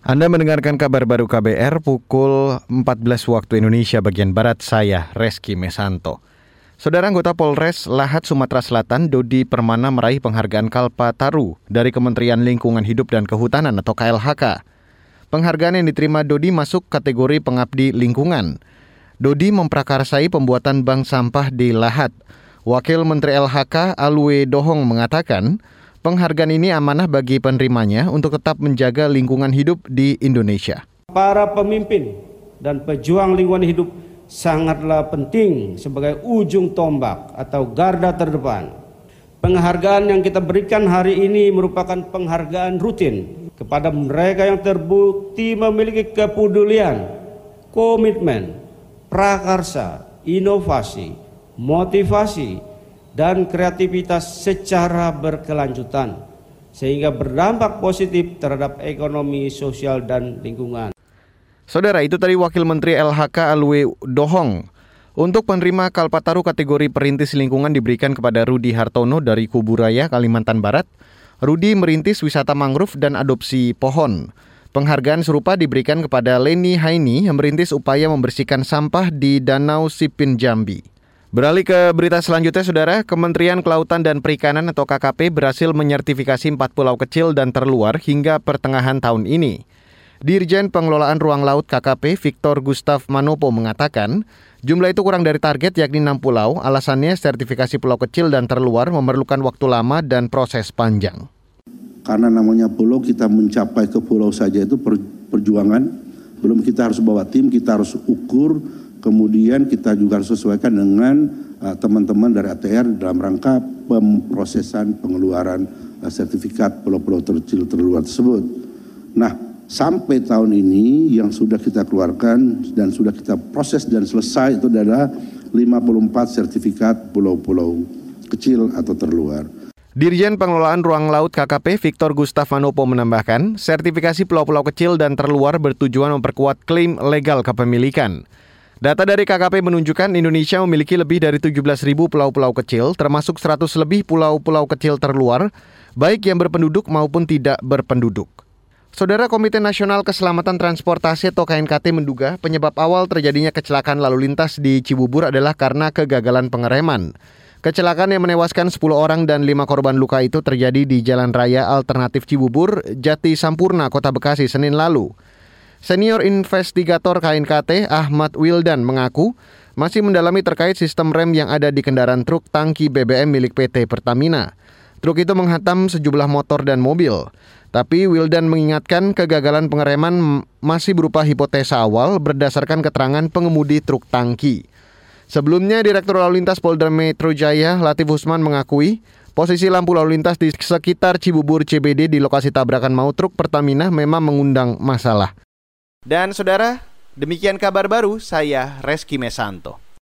Anda mendengarkan kabar baru KBR pukul 14 waktu Indonesia bagian Barat, saya Reski Mesanto. Saudara anggota Polres Lahat Sumatera Selatan, Dodi Permana meraih penghargaan Kalpataru dari Kementerian Lingkungan Hidup dan Kehutanan atau KLHK. Penghargaan yang diterima Dodi masuk kategori pengabdi lingkungan. Dodi memprakarsai pembuatan bank sampah di Lahat. Wakil Menteri LHK Alwe Dohong mengatakan, penghargaan ini amanah bagi penerimanya untuk tetap menjaga lingkungan hidup di Indonesia. Para pemimpin dan pejuang lingkungan hidup sangatlah penting sebagai ujung tombak atau garda terdepan. Penghargaan yang kita berikan hari ini merupakan penghargaan rutin kepada mereka yang terbukti memiliki kepedulian, komitmen, prakarsa, inovasi, motivasi, dan kreativitas secara berkelanjutan, sehingga berdampak positif terhadap ekonomi, sosial, dan lingkungan. Saudara, itu tadi Wakil Menteri LHK Alwe Dohong. Untuk penerima Kalpataru kategori perintis lingkungan diberikan kepada Rudi Hartono dari Kuburaya, Kalimantan Barat. Rudi merintis wisata mangrove dan adopsi pohon. Penghargaan serupa diberikan kepada Leni Haini yang merintis upaya membersihkan sampah di Danau Sipin Jambi. Beralih ke berita selanjutnya, Saudara. Kementerian Kelautan dan Perikanan atau KKP berhasil menyertifikasi 4 pulau kecil dan terluar hingga pertengahan tahun ini. Dirjen Pengelolaan Ruang Laut KKP Victor Gustav Manopo mengatakan, jumlah itu kurang dari target yakni 6 pulau. Alasannya sertifikasi pulau kecil dan terluar memerlukan waktu lama dan proses panjang. Karena namanya pulau, kita mencapai ke pulau saja itu perjuangan. Belum kita harus bawa tim, kita harus ukur. Kemudian kita juga harus sesuaikan dengan teman-teman dari ATR dalam rangka pemrosesan pengeluaran sertifikat pulau-pulau terkecil terluar tersebut. Nah, sampai tahun ini yang sudah kita keluarkan dan sudah kita proses dan selesai itu adalah 54 sertifikat pulau-pulau kecil atau terluar. Dirjen Pengelolaan Ruang Laut KKP Victor Gustav Manopo menambahkan, sertifikasi pulau-pulau kecil dan terluar bertujuan memperkuat klaim legal kepemilikan. Data dari KKP menunjukkan Indonesia memiliki lebih dari 17.000 pulau-pulau kecil, termasuk 100 lebih pulau-pulau kecil terluar, baik yang berpenduduk maupun tidak berpenduduk. Saudara, Komite Nasional Keselamatan Transportasi atau KNKT menduga penyebab awal terjadinya kecelakaan lalu lintas di Cibubur adalah karena kegagalan pengereman. Kecelakaan yang menewaskan 10 orang dan 5 korban luka itu terjadi di Jalan Raya Alternatif Cibubur, Jati Sampurna, Kota Bekasi, Senin lalu. Senior investigator KNKT Ahmad Wildan mengaku masih mendalami terkait sistem rem yang ada di kendaraan truk tangki BBM milik PT Pertamina. Truk itu menghantam sejumlah motor dan mobil. Tapi Wildan mengingatkan kegagalan pengereman masih berupa hipotesa awal berdasarkan keterangan pengemudi truk tangki. Sebelumnya, Direktur Lalu Lintas Polda Metro Jaya Latif Usman mengakui posisi lampu lalu lintas di sekitar Cibubur CBD di lokasi tabrakan maut truk Pertamina memang mengundang masalah. Dan saudara, demikian kabar baru, saya Reski Mesanto.